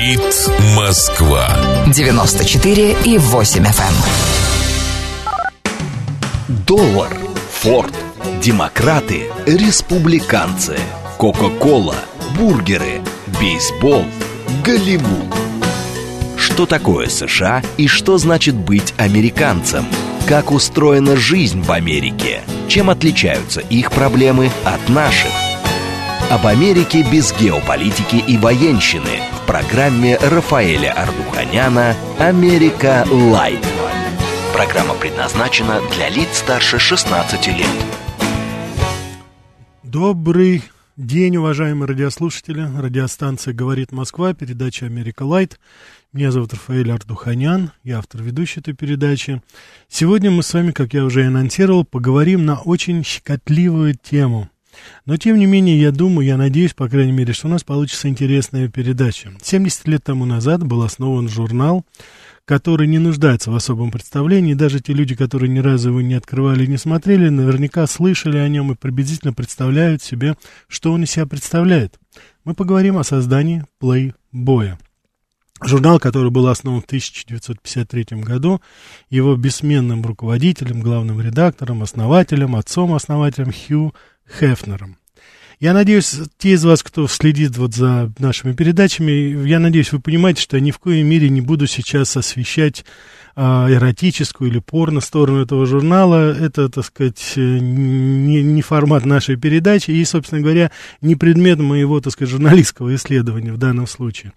Говорит Москва. 94,8 FM. Доллар, Форд, демократы, республиканцы, Кока-кола, бургеры, бейсбол, Голливуд. Что такое США и что значит быть американцем? Как устроена жизнь в Америке? Чем отличаются их проблемы от наших? Об Америке без геополитики и военщины в программе Рафаэля Ардуханяна «Америка Лайт». Программа предназначена для лиц старше 16 лет. Добрый день, уважаемые радиослушатели. Радиостанция «Говорит Москва», передача «Америка Лайт». Меня зовут Рафаэль Ардуханян, я автор-ведущий этой передачи. Сегодня мы с вами, как я уже анонсировал, поговорим на очень щекотливую тему. Но, тем не менее, я думаю, я надеюсь, по крайней мере, что у нас получится интересная передача. 70 лет тому назад был основан журнал, который не нуждается в особом представлении. Даже те люди, которые ни разу его не открывали и не смотрели, наверняка слышали о нем и приблизительно представляют себе, что он из себя представляет. Мы поговорим о создании Playboy. Журнал, который был основан в 1953 году, его бессменным руководителем, главным редактором, основателем, отцом-основателем Хью Хефнером. Я надеюсь, те из вас, кто следит вот за нашими передачами, я надеюсь, вы понимаете, что я ни в коей мере не буду сейчас освещать эротическую или порно-сторону этого журнала. Это, так сказать, не формат нашей передачи и, собственно говоря, не предмет моего, так сказать, журналистского исследования в данном случае.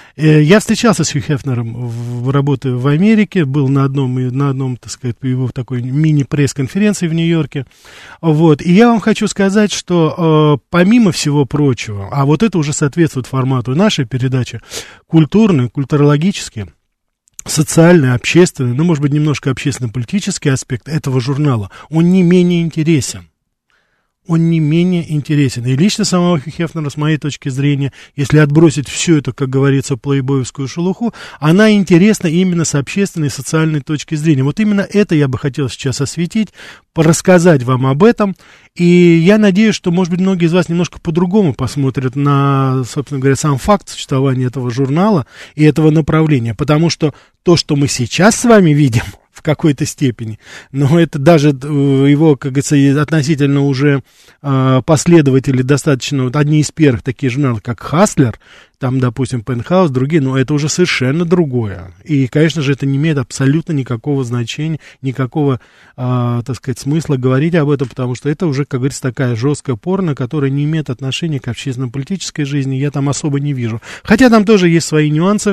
Я встречался с Хью Хефнером, работая в Америке, был на одном, так сказать, его такой мини-пресс-конференции в Нью-Йорке. Вот. И я вам хочу сказать, что помимо всего прочего, а вот это уже соответствует формату нашей передачи, культурный, культурологический, социальный, общественный, ну, может быть, немножко общественно-политический аспект этого журнала, он не менее интересен. Он не менее интересен. И лично самого Хью Хефнера, с моей точки зрения, если отбросить всю эту, как говорится, плейбоевскую шелуху, она интересна именно с общественной и социальной точки зрения. Вот именно это я бы хотел сейчас осветить, рассказать вам об этом. И я надеюсь, что, может быть, многие из вас немножко по-другому посмотрят на, собственно говоря, сам факт существования этого журнала и этого направления. Потому что то, что мы сейчас с вами видим, в какой-то степени, но это даже его, как говорится, относительно уже последователи достаточно, вот одни из первых такие журналы, как «Хаслер», там, допустим, «Пентхаус», другие, но это уже совершенно другое. И, конечно же, это не имеет абсолютно никакого значения, никакого, так сказать, смысла говорить об этом, потому что это уже, как говорится, такая жесткая порно, которая не имеет отношения к общественно-политической жизни, я там особо не вижу. Хотя там тоже есть свои нюансы,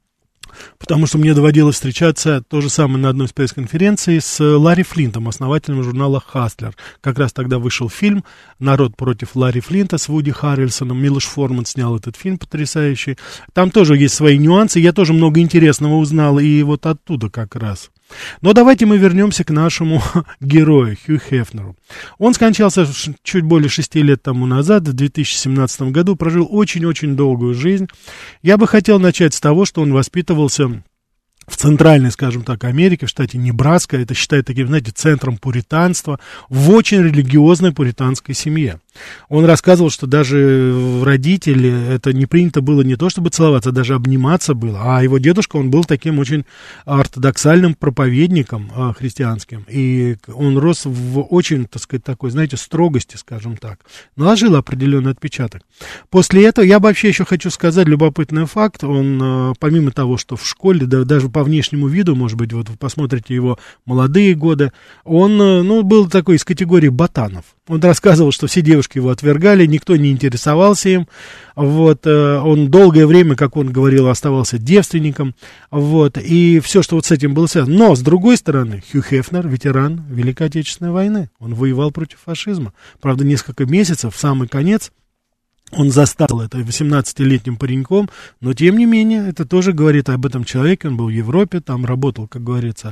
потому что мне доводилось встречаться то же самое на одной из пресс-конференций с Ларри Флинтом, основателем журнала «Хаслер». Как раз тогда вышел фильм «Народ против Ларри Флинта» с Вуди Харрельсоном. Милош Форман снял этот фильм потрясающий. Там тоже есть свои нюансы, я тоже много интересного узнал, и вот оттуда как раз. Но давайте мы вернемся к нашему герою, Хью Хефнеру. Он скончался чуть более 6 лет тому назад, в 2017 году, прожил очень-очень долгую жизнь. Я бы хотел начать с того, что он воспитывался в центральной, скажем так, Америке, в штате Небраска. Это считают таким, знаете, центром пуританства, в очень религиозной пуританской семье. Он рассказывал, что даже родители, это не принято было не то чтобы целоваться, даже обниматься было. А его дедушка, он был таким очень ортодоксальным проповедником христианским. И он рос в очень, так сказать, такой, знаете, строгости, скажем так. Наложил определенный отпечаток. После этого, я вообще еще хочу сказать любопытный факт. Он, помимо того, что в школе, да, даже по внешнему виду, может быть, вот вы посмотрите его молодые годы, он, ну, был такой из категории ботанов. Он рассказывал, что все девушки его отвергали, никто не интересовался им. Вот, он долгое время, как он говорил, оставался девственником. Вот, и все, что вот с этим было связано. Но, с другой стороны, Хью Хефнер, ветеран Великой Отечественной войны. Он воевал против фашизма. Правда, несколько месяцев, в самый конец, он застал это 18-летним пареньком, но, тем не менее, это тоже говорит об этом человеке. Он был в Европе, там работал, как говорится,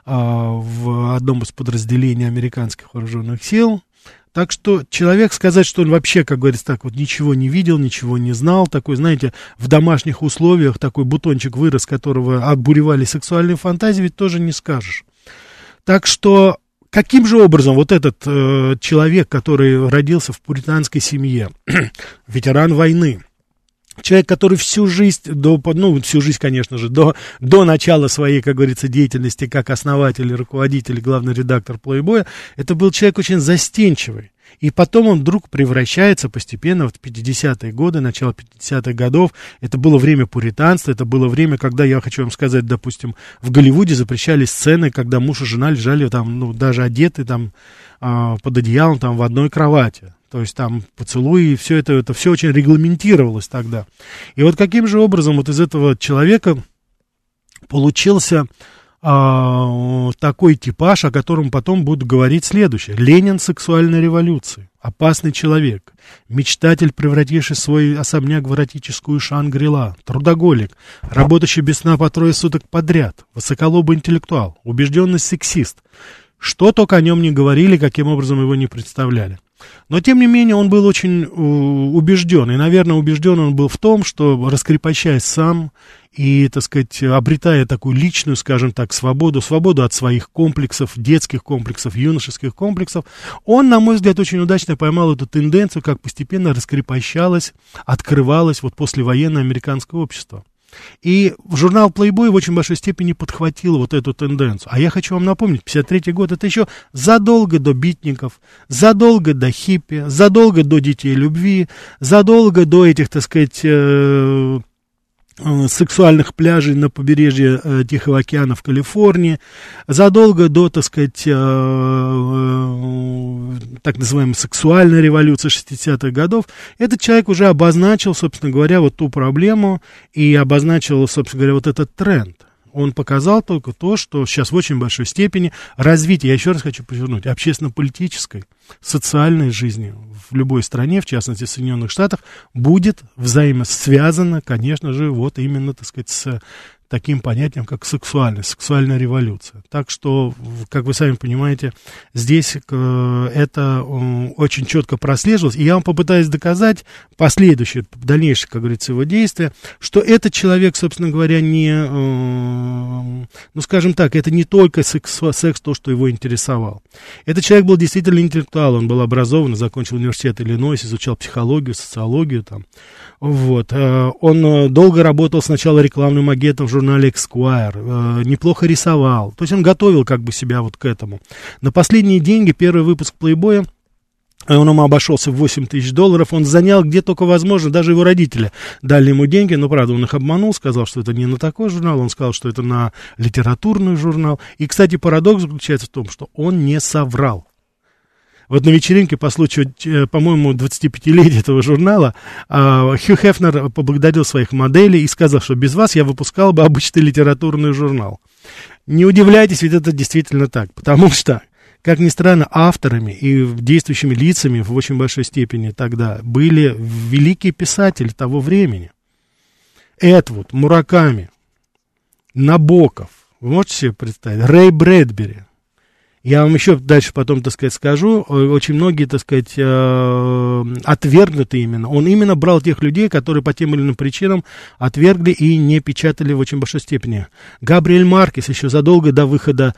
в одном из подразделений американских вооруженных сил. Так что человек, сказать, что он вообще, как говорится, так вот ничего не видел, ничего не знал, такой, знаете, в домашних условиях такой бутончик вырос, которого обуревали сексуальные фантазии, ведь тоже не скажешь. Так что каким же образом вот этот человек, который родился в пуританской семье, ветеран войны, Человек, который всю жизнь, всю жизнь, конечно же, до начала своей, как говорится, деятельности как основатель, руководитель, главный редактор Playboy, это был человек очень застенчивый. И потом он вдруг превращается постепенно в 50-е годы, начало 50-х годов. Это было время пуританства, это было время, когда, я хочу вам сказать, допустим, в Голливуде запрещались сцены, когда муж и жена лежали там, даже одеты там под одеялом там в одной кровати. То есть там поцелуи, и все это все очень регламентировалось тогда. И вот каким же образом вот из этого человека получился такой типаж, о котором потом будут говорить следующее. Ленин сексуальной революции, опасный человек, мечтатель, превративший свой особняк в эротическую Шангри-Ла, трудоголик, работающий без сна по 3 суток подряд, высоколобый интеллектуал, убежденный сексист. Что только о нем не говорили, каким образом его не представляли. Но, тем не менее, он был очень убежден, и, наверное, убежден он был в том, что, раскрепощаясь сам и, так сказать, обретая такую личную, скажем так, свободу от своих комплексов, детских комплексов, юношеских комплексов, он, на мой взгляд, очень удачно поймал эту тенденцию, как постепенно раскрепощалось, открывалось вот послевоенное американское общество. И журнал Playboy в очень большой степени подхватил вот эту тенденцию. А я хочу вам напомнить, 53-й год — это еще задолго до битников, задолго до хиппи, задолго до детей любви, задолго до этих, так сказать, сексуальных пляжей на побережье Тихого океана в Калифорнии, задолго до, так сказать, так называемой сексуальной революции 60-х годов, этот человек уже обозначил, собственно говоря, вот ту проблему и обозначил, собственно говоря, вот этот тренд. Он показал только то, что сейчас в очень большой степени развитие, я еще раз хочу подчеркнуть, общественно-политической, социальной жизни в любой стране, в частности в Соединенных Штатах, будет взаимосвязано, конечно же, вот именно, так сказать, с таким понятием, как сексуальная революция. Так что, как вы сами понимаете, здесь это очень четко прослеживалось. И я вам попытаюсь доказать дальнейшее, как говорится, его действия, что этот человек, собственно говоря, скажем так, это не только секс, то, что его интересовал. Этот человек был действительно интеллектуал, он был образован, закончил университет Иллинойс, изучал психологию, социологию там. Вот. Он долго работал сначала рекламным агентом в журнале Esquire, неплохо рисовал, то есть он готовил как бы себя вот к этому. На последние деньги первый выпуск Playboy, он ему обошелся в $8000, он занял где только возможно, даже его родители дали ему деньги, но, правда, он их обманул, сказал, что это не на такой журнал, он сказал, что это на литературный журнал. И, кстати, парадокс заключается в том, что он не соврал. Вот на вечеринке по случаю, по-моему, 25-летия этого журнала Хью Хефнер поблагодарил своих моделей и сказал, что без вас я выпускал бы обычный литературный журнал. Не удивляйтесь, ведь это действительно так, потому что, как ни странно, авторами и действующими лицами в очень большой степени тогда были великие писатели того времени. Этвуд, Мураками, Набоков, вы можете себе представить, Рэй Брэдбери. Я вам еще дальше потом, так сказать, скажу, очень многие, так сказать, отвергнуты именно. Он именно брал тех людей, которые по тем или иным причинам отвергли и не печатали в очень большой степени. Габриэль Маркес еще задолго до выхода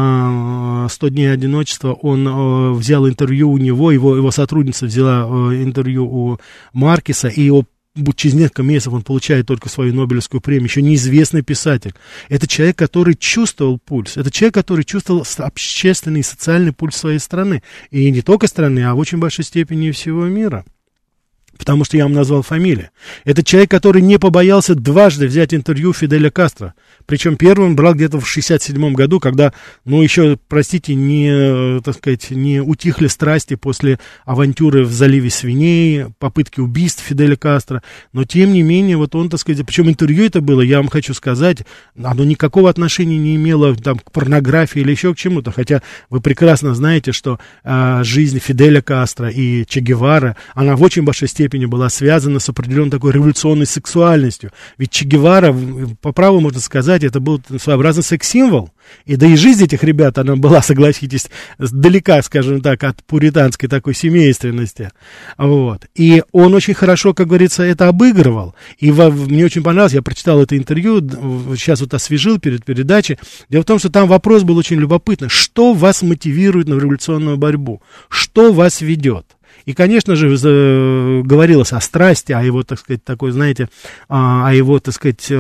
«100 дней одиночества», он взял интервью у него, его сотрудница взяла интервью у Маркеса, и его через несколько месяцев он получает только свою Нобелевскую премию, еще неизвестный писатель. Это человек, который чувствовал пульс, это человек, который чувствовал общественный и социальный пульс своей страны. И не только страны, а в очень большой степени и всего мира. Потому что я вам назвал фамилию. Это человек, который не побоялся дважды взять интервью Фиделя Кастро. Причем первым брал где-то в 1967 году, когда, еще, простите, так сказать, не утихли страсти после авантюры в заливе свиней, попытки убийств Фиделя Кастро. Но, тем не менее, вот он, так сказать, причем интервью это было, я вам хочу сказать, оно никакого отношения не имело там, к порнографии или еще к чему-то. Хотя вы прекрасно знаете, что жизнь Фиделя Кастро и Че Гевара, она в очень большой степени была связана с определенной такой революционной сексуальностью. Ведь Че Гевара, по праву можно сказать, это был своеобразный секс-символ. И да и жизнь этих ребят, она была, согласитесь, далека, скажем так, от пуританской такой семейственности. Вот. И он очень хорошо, как говорится, это обыгрывал. И мне очень понравилось, я прочитал это интервью, сейчас вот освежил перед передачей. Дело в том, что там вопрос был очень любопытный. Что вас мотивирует на революционную борьбу? Что вас ведет? И, конечно же, говорилось о страсти, о его, так сказать, такой, знаете, о его, так сказать,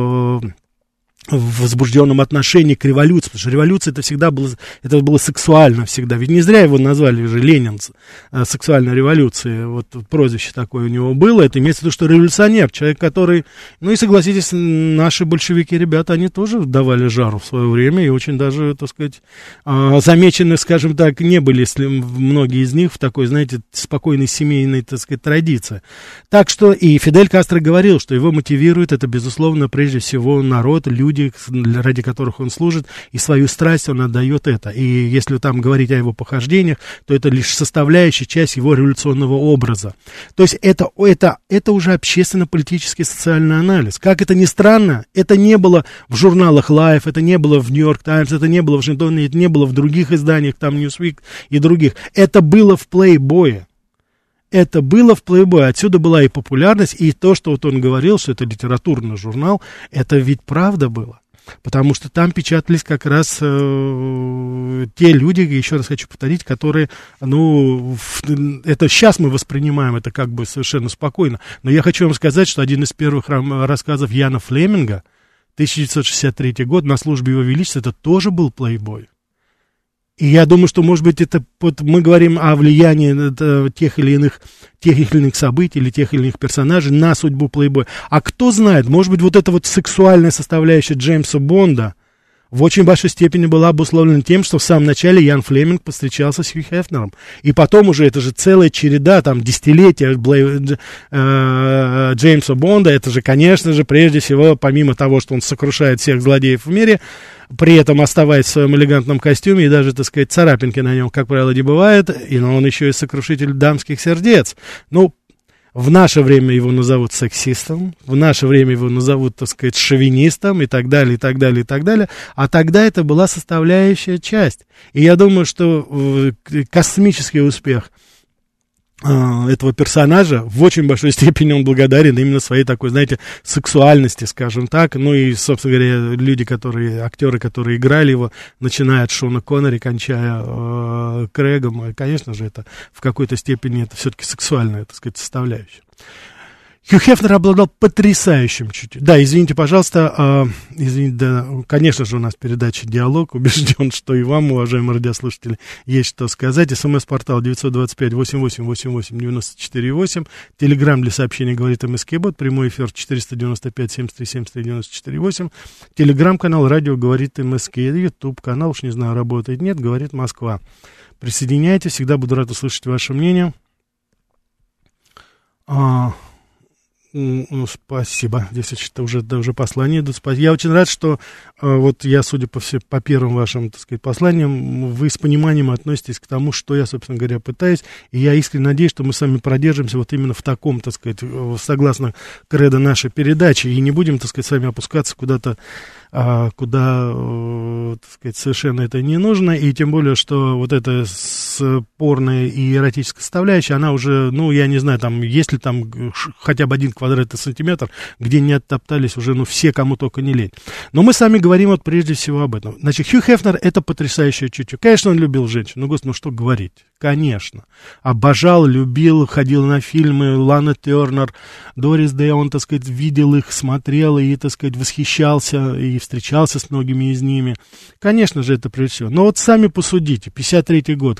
в возбужденном отношении к революции, потому что революция это всегда было сексуально всегда, ведь не зря его назвали же Ленин сексуальной революцией, вот прозвище такое у него было, это имеется в виду, что революционер, человек, который, ну и согласитесь, наши большевики, ребята, они тоже давали жару в свое время и очень даже, так сказать, замечены, скажем так, не были, если многие из них в такой, знаете, спокойной семейной, так сказать, традиции. Так что и Фидель Кастро говорил, что его мотивирует это, безусловно, прежде всего народ, люди, ради которых он служит, и свою страсть он отдает это. И если там говорить о его похождениях, то это лишь составляющая часть его революционного образа. То есть это уже общественно-политический социальный анализ. Как это ни странно, это не было в журналах Life, это не было в New York Times, это не было в Вашингтоне, это не было в других изданиях, там Newsweek и других. Это было в Playboy. Это было в Playboy, отсюда была и популярность, и то, что вот он говорил, что это литературный журнал, это ведь правда было. Потому что там печатались как раз те люди, еще раз хочу повторить, которые, ну, это сейчас мы воспринимаем это как бы совершенно спокойно. Но я хочу вам сказать, что один из первых рассказов Яна Флеминга, 1963 год, «На службе Его Величества», это тоже был Playboy. И я думаю, что, может быть, это вот мы говорим о влиянии тех или иных событий или тех или иных персонажей на судьбу Playboy. А кто знает, может быть, вот эта вот сексуальная составляющая Джеймса Бонда в очень большой степени была обусловлена тем, что в самом начале Ян Флеминг повстречался с Хью Хефнером. И потом уже это же целая череда, там, десятилетия Джеймса Бонда. Это же, конечно же, прежде всего, помимо того, что он сокрушает всех злодеев в мире, при этом оставаясь в своем элегантном костюме, и даже, так сказать, царапинки на нем, как правило, не бывает, но он еще и сокрушитель дамских сердец. Ну, в наше время его назовут сексистом, в наше время его назовут, так сказать, шовинистом и так далее, и так далее, и так далее. А тогда это была составляющая часть. И я думаю, что космический успех этого персонажа в очень большой степени он благодарен именно своей такой, знаете, сексуальности, скажем так. Ну и, собственно говоря, актеры, которые играли его, начиная от Шона Коннери, кончая Крэгом, и, конечно же, это в какой-то степени это все-таки сексуальная, так сказать, составляющая. Хью Хефнер обладал потрясающим чутьем. Да, извините, пожалуйста, да, конечно же, у нас передача «Диалог». Убежден, что и вам, уважаемые радиослушатели, есть что сказать. СМС-портал 925-88-88-94-8. Телеграм для сообщений «Говорит МСК-бот». Прямой эфир 495-73-73-94-8. Телеграм-канал «Радио Говорит МСК». Ютуб-канал, уж не знаю, работает, нет, «Говорит Москва». Присоединяйтесь, всегда буду рад услышать ваше мнение. Ну, спасибо. Здесь уже послание идут. Я очень рад, что вот я, судя по первым вашим, так сказать, посланиям, вы с пониманием относитесь к тому, что я, собственно говоря, пытаюсь. И я искренне надеюсь, что мы с вами продержимся вот именно в таком, так сказать, согласно кредо нашей передачи, и не будем, так сказать, с вами опускаться куда-то, куда, так сказать, совершенно это не нужно, и тем более, что вот эта спорная и эротическая составляющая, она уже, ну, я не знаю, там, есть ли там хотя бы 1 квадратный сантиметр, где не оттоптались уже, ну, все, кому только не лень. Но мы с вами говорим вот прежде всего об этом. Значит, Хью Хефнер — это потрясающее чутье. Конечно, он любил женщин, ну, господи, ну, что говорить. Конечно. Обожал, любил, ходил на фильмы, Лана Тернер, Дорис Дэй, он, так сказать, видел их, смотрел и, так сказать, восхищался и встречался с многими из ними. Конечно же, это прежде всего. Но вот сами посудите, 53-й год.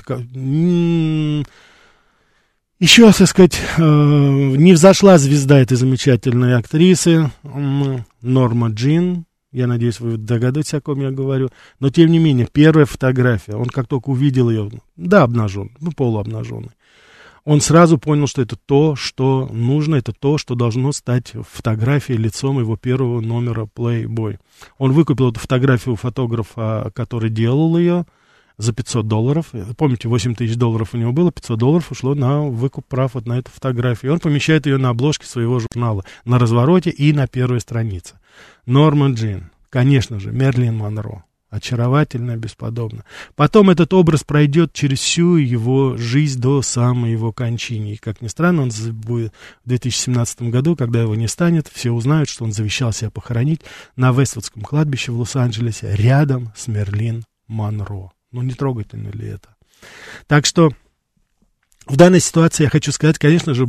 Еще, так сказать, не взошла звезда этой замечательной актрисы Норма Джин. Я надеюсь, вы догадываетесь, о ком я говорю. Но, тем не менее, первая фотография, он как только увидел ее, да, обнаженный, ну, полуобнаженный, он сразу понял, что это то, что нужно, это то, что должно стать фотографией лицом его первого номера Playboy. Он выкупил эту фотографию у фотографа, который делал ее, за $500. Помните, $8 000 у него было, $500 ушло на выкуп прав вот на эту фотографию. И он помещает ее на обложке своего журнала, на развороте и на первой странице. Норма Джин, конечно же, Мерлин Монро. Очаровательно, бесподобно. Потом этот образ пройдет через всю его жизнь до самой его кончины. И, как ни странно, он будет в 2017 году, когда его не станет, все узнают, что он завещал себя похоронить на Вествудском кладбище в Лос-Анджелесе рядом с Мерлин Монро. Ну, не трогательно ли это? Так что В данной ситуации, я хочу сказать, конечно же,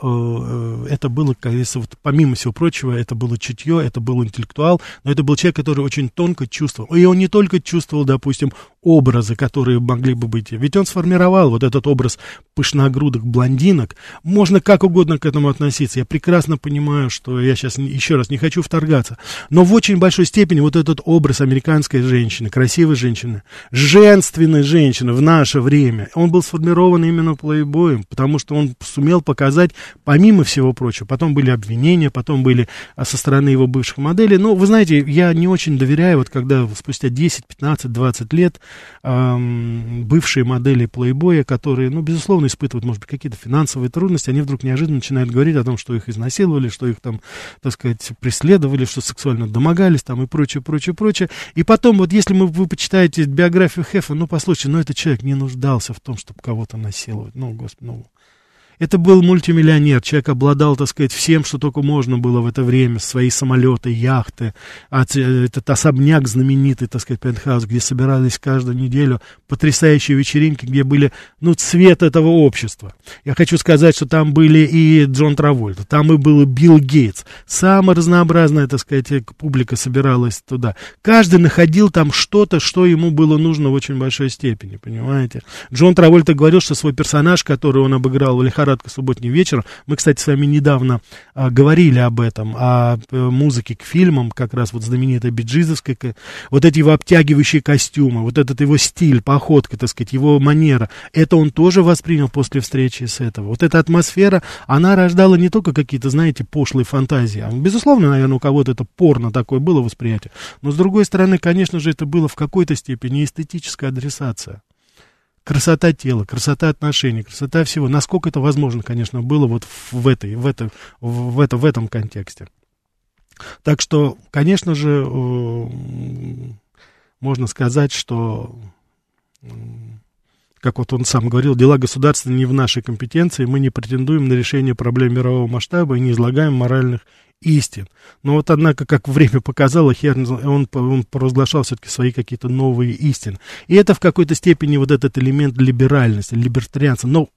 это было, конечно, вот, помимо всего прочего, это было чутье, это был интеллектуал, но это был человек, который очень тонко чувствовал. И он не только чувствовал, допустим, образы, которые могли бы быть, ведь он сформировал вот этот образ пышногрудых блондинок. Можно как угодно к этому относиться. Я прекрасно понимаю, что я сейчас еще раз не хочу вторгаться, но в очень большой степени вот этот образ американской женщины, красивой женщины, женственной женщины в наше время, он был сформирован именно плейбоем, потому что он сумел показать, помимо всего прочего, потом были обвинения, потом были со стороны его бывших моделей. Но, вы знаете, я не очень доверяю, вот когда спустя 10, 15, 20 лет бывшие модели плейбоя, которые, ну, безусловно, испытывают, может быть, какие-то финансовые трудности, они вдруг неожиданно начинают говорить о том, что их изнасиловали, что их там, так сказать, преследовали, что сексуально домогались там и прочее, прочее, прочее. И потом, вот если вы почитаете биографию Хефа, ну, послушайте, ну, этот человек не нуждался в том, чтобы кого-то насиловать. Ну, господи, ну. Это был мультимиллионер, человек обладал, так сказать, всем, что только можно было в это время, свои самолеты, яхты, этот особняк знаменитый, так сказать, пентхаус, где собирались каждую неделю потрясающие вечеринки, где были, ну, цвет этого общества. Я хочу сказать, что там были и Джон Травольта, там и был Билл Гейтс, самая разнообразная, так сказать, публика собиралась туда. Каждый находил там что-то, что ему было нужно в очень большой степени, понимаете. Джон Травольта говорил, что свой персонаж, который он обыграл в «Лихорадке субботний вечер», мы, кстати, с вами недавно говорили об этом, о музыке к фильмам, как раз вот знаменитой биджизовской, вот эти его обтягивающие костюмы, вот этот его стиль, походка, так сказать, его манера, это он тоже воспринял после встречи с этого. Вот эта атмосфера, она рождала не только какие-то, знаете, пошлые фантазии, безусловно, наверное, у кого-то это порно такое было восприятие, но, с другой стороны, конечно же, это было в какой-то степени эстетическая адресация. Красота тела, красота отношений, красота всего. Насколько это возможно, конечно, было вот в этом контексте. Так что, конечно же, можно сказать, что, как вот он сам говорил, дела государства не в нашей компетенции, мы не претендуем на решение проблем мирового масштаба и не излагаем моральных истин. Но вот, однако, как время показало, он провозглашал все-таки свои какие-то новые истины. И это в какой-то степени вот этот элемент либеральности, либертарианства, но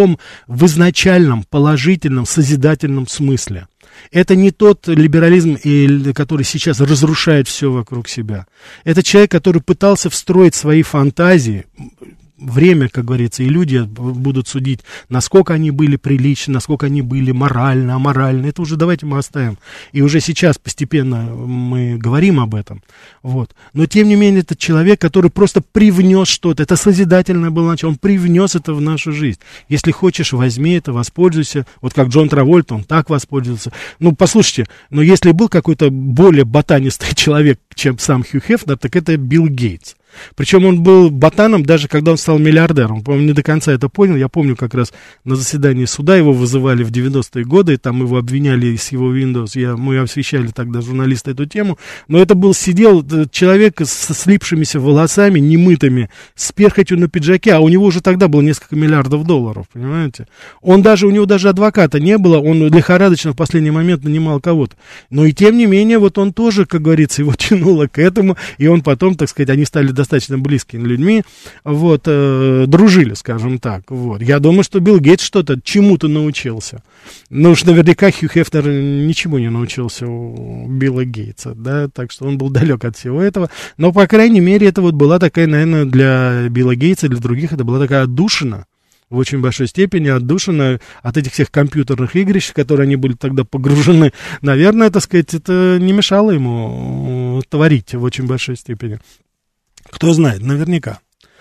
в изначальном, положительном, созидательном смысле. Это не тот либерализм, который сейчас разрушает все вокруг себя. Это человек, который пытался встроить свои фантазии. Время, как говорится, и люди будут судить, насколько они были приличны, насколько они были морально, аморально. Это уже давайте мы оставим. И уже сейчас постепенно мы говорим об этом. Вот. Но, тем не менее, это человек, который просто привнес что-то. Это созидательное было начало. Он привнес это в нашу жизнь. Если хочешь, возьми это, воспользуйся. Вот как Джон Травольта, он так воспользовался. Ну, послушайте, но если был какой-то более ботанистый человек, чем сам Хью Хефнер, так это Билл Гейтс. Причем он был ботаном, даже когда он стал миллиардером. Он, по-моему, не до конца это понял. Я помню, как раз на заседании суда его вызывали в 90-е годы, и там его обвиняли с его Windows. Мы освещали тогда, журналисты, эту тему. Но это сидел человек со слипшимися волосами, немытыми, с перхотью на пиджаке, а у него уже тогда было несколько миллиардов долларов, понимаете? У него даже адвоката не было, он лихорадочно в последний момент нанимал кого-то. Но и тем не менее, вот он тоже, как говорится, его тянуло к этому, и он потом, так сказать, они стали достаточно близкими людьми, вот, дружили, скажем так, вот. Я думаю, что Билл Гейтс чему-то научился. Ну уж наверняка Хью Хефнер ничему не научился у Билла Гейтса, да, так что он был далек от всего этого, но, по крайней мере, это вот была такая, наверное, для Билла Гейтса, для других, это была такая отдушина, в очень большой степени отдушина от этих всех компьютерных игрищ, в которые они были тогда погружены. Наверное, так сказать, это не мешало ему творить в очень большой степени. Кто знает, наверняка.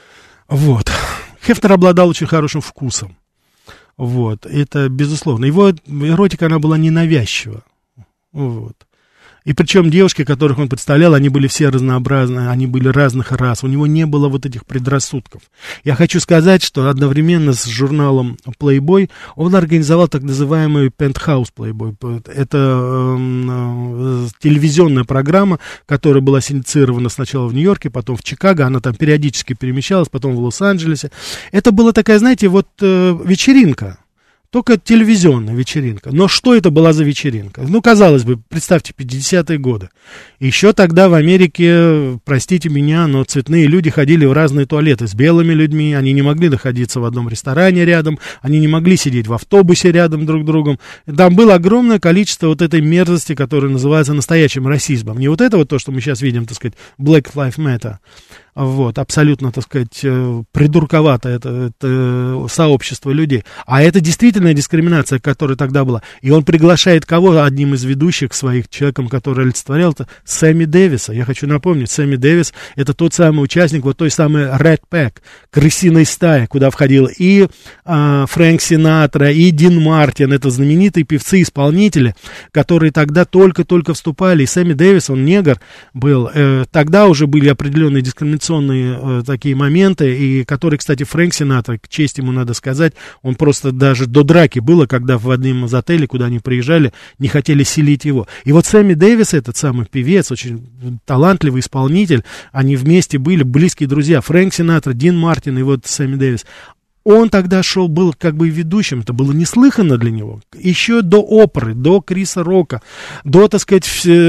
Вот. Хефнер обладал очень хорошим вкусом. Вот. Это безусловно. Его эротика, она была ненавязчива. Вот. И причем девушки, которых он представлял, они были все разнообразные, они были разных рас. У него не было вот этих предрассудков. Я хочу сказать, что одновременно с журналом Playboy он организовал так называемый Penthouse Playboy. Это телевизионная программа, которая была инициирована сначала в Нью-Йорке, потом в Чикаго. Она там периодически перемещалась, потом в Лос-Анджелесе. Это была такая, знаете, вот вечеринка. только телевизионная вечеринка. Но что это была за вечеринка? Ну, казалось бы, представьте, 50-е годы. Еще тогда в Америке, простите меня, но цветные люди ходили в разные туалеты с белыми людьми, они не могли находиться в одном ресторане рядом, они не могли сидеть в автобусе рядом друг с другом. Там было огромное количество вот этой мерзости, которая называется настоящим расизмом. Не вот это вот то, что мы сейчас видим, так сказать, Black Lives Matter. Вот, абсолютно, так сказать, придурковато это сообщество людей. А это действительно дискриминация, которая тогда была. И он приглашает кого? Одним из ведущих своих, человеком, который олицетворял это, Сэмми Дэвиса. Я хочу напомнить, Сэмми Дэвис — это тот самый участник вот той самой Red Pack, крысиной стаи, куда входил и Фрэнк Синатра, и Дин Мартин. Это знаменитые певцы-исполнители, которые тогда только-только вступали. И Сэмми Дэвис, он негр был. Тогда уже были определенные дискриминационные такие моменты, и которые, кстати, Фрэнк Синатра, к чести ему надо сказать, он просто даже до драки было, когда в одном из отелей, куда они приезжали, не хотели селить его. И вот Сэмми Дэвис, этот самый певец, очень талантливый исполнитель, они вместе были близкие друзья. Фрэнк Синатра, Дин Мартин и вот Сэмми Дэвис. Он тогда шел, был как бы ведущим, это было неслыханно для него. Еще до оперы, до Криса Рока, до, так сказать,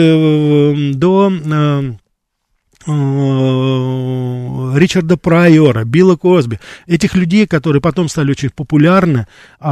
до Ричарда Прайора, Билла Косби, этих людей, которые потом стали очень популярны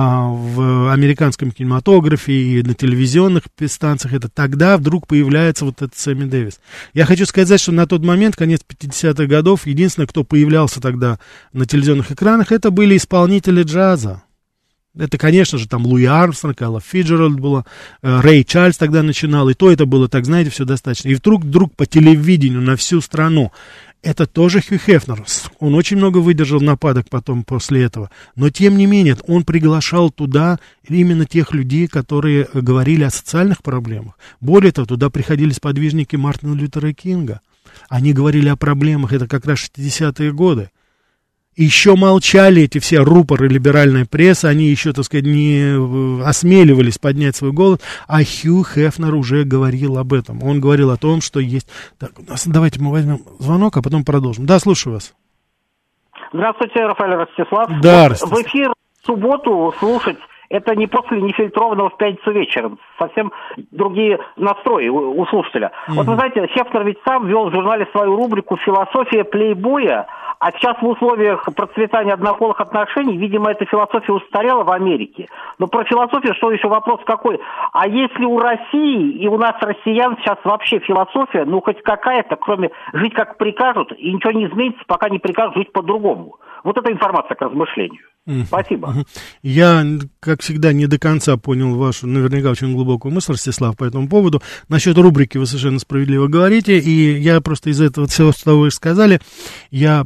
в американском кинематографе и на телевизионных станциях, это тогда вдруг появляется вот этот Сэмми Дэвис. Я хочу сказать, что на тот момент, конец 50-х годов, единственное, кто появлялся тогда на телевизионных экранах, это были исполнители джаза. Это, конечно же, там Луи Армстронг, Элла Фиджеральд была, Рэй Чарльз тогда начинал, и то это было, так знаете, все достаточно. И вдруг по телевидению на всю страну. Это тоже Хью Хефнер. Он очень много выдержал нападок потом после этого. Но, тем не менее, он приглашал туда именно тех людей, которые говорили о социальных проблемах. Более того, туда приходили сподвижники Мартина Лютера Кинга. Они говорили о проблемах, это как раз 60-е годы. Еще молчали эти все рупоры либеральной прессы, они еще, так сказать, не осмеливались поднять свой голос, а Хью Хефнер уже говорил об этом. Он говорил о том, что есть... Так, давайте мы возьмем звонок, а потом продолжим. Да, слушаю вас. Здравствуйте, Рафаэль Ростислав. Да, вот в эфир в субботу слушать, это не после нефильтрованного в пятницу вечером. Совсем другие настрои у слушателя. Вот вы знаете, Хефнер ведь сам вел в журнале свою рубрику «Философия плейбоя», а сейчас в условиях процветания однополых отношений, видимо, эта философия устарела в Америке. Но про философию, что еще вопрос какой? А если у России и у нас, россиян, сейчас вообще философия, ну, хоть какая-то, кроме жить как прикажут, и ничего не изменится, пока не прикажут жить по-другому. Вот эта информация к размышлению. Спасибо. Я, как всегда, не до конца понял вашу, наверняка, очень глубокую мысль, Ростислав, по этому поводу. Насчет рубрики вы совершенно справедливо говорите, и я просто из этого всего, что вы сказали, я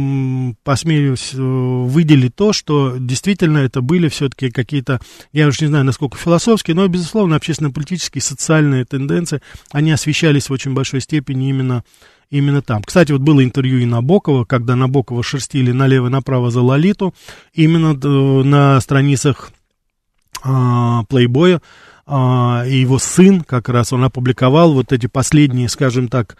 посмеюсь выделить то, что действительно это были все-таки какие-то, я уж не знаю, насколько философские, но, безусловно, общественно-политические, социальные тенденции, они освещались в очень большой степени именно там. Кстати, вот было интервью и Набокова, когда Набокова шерстили налево и направо за Лолиту, именно на страницах Плейбоя, и его сын, как раз, он опубликовал вот эти последние, скажем так,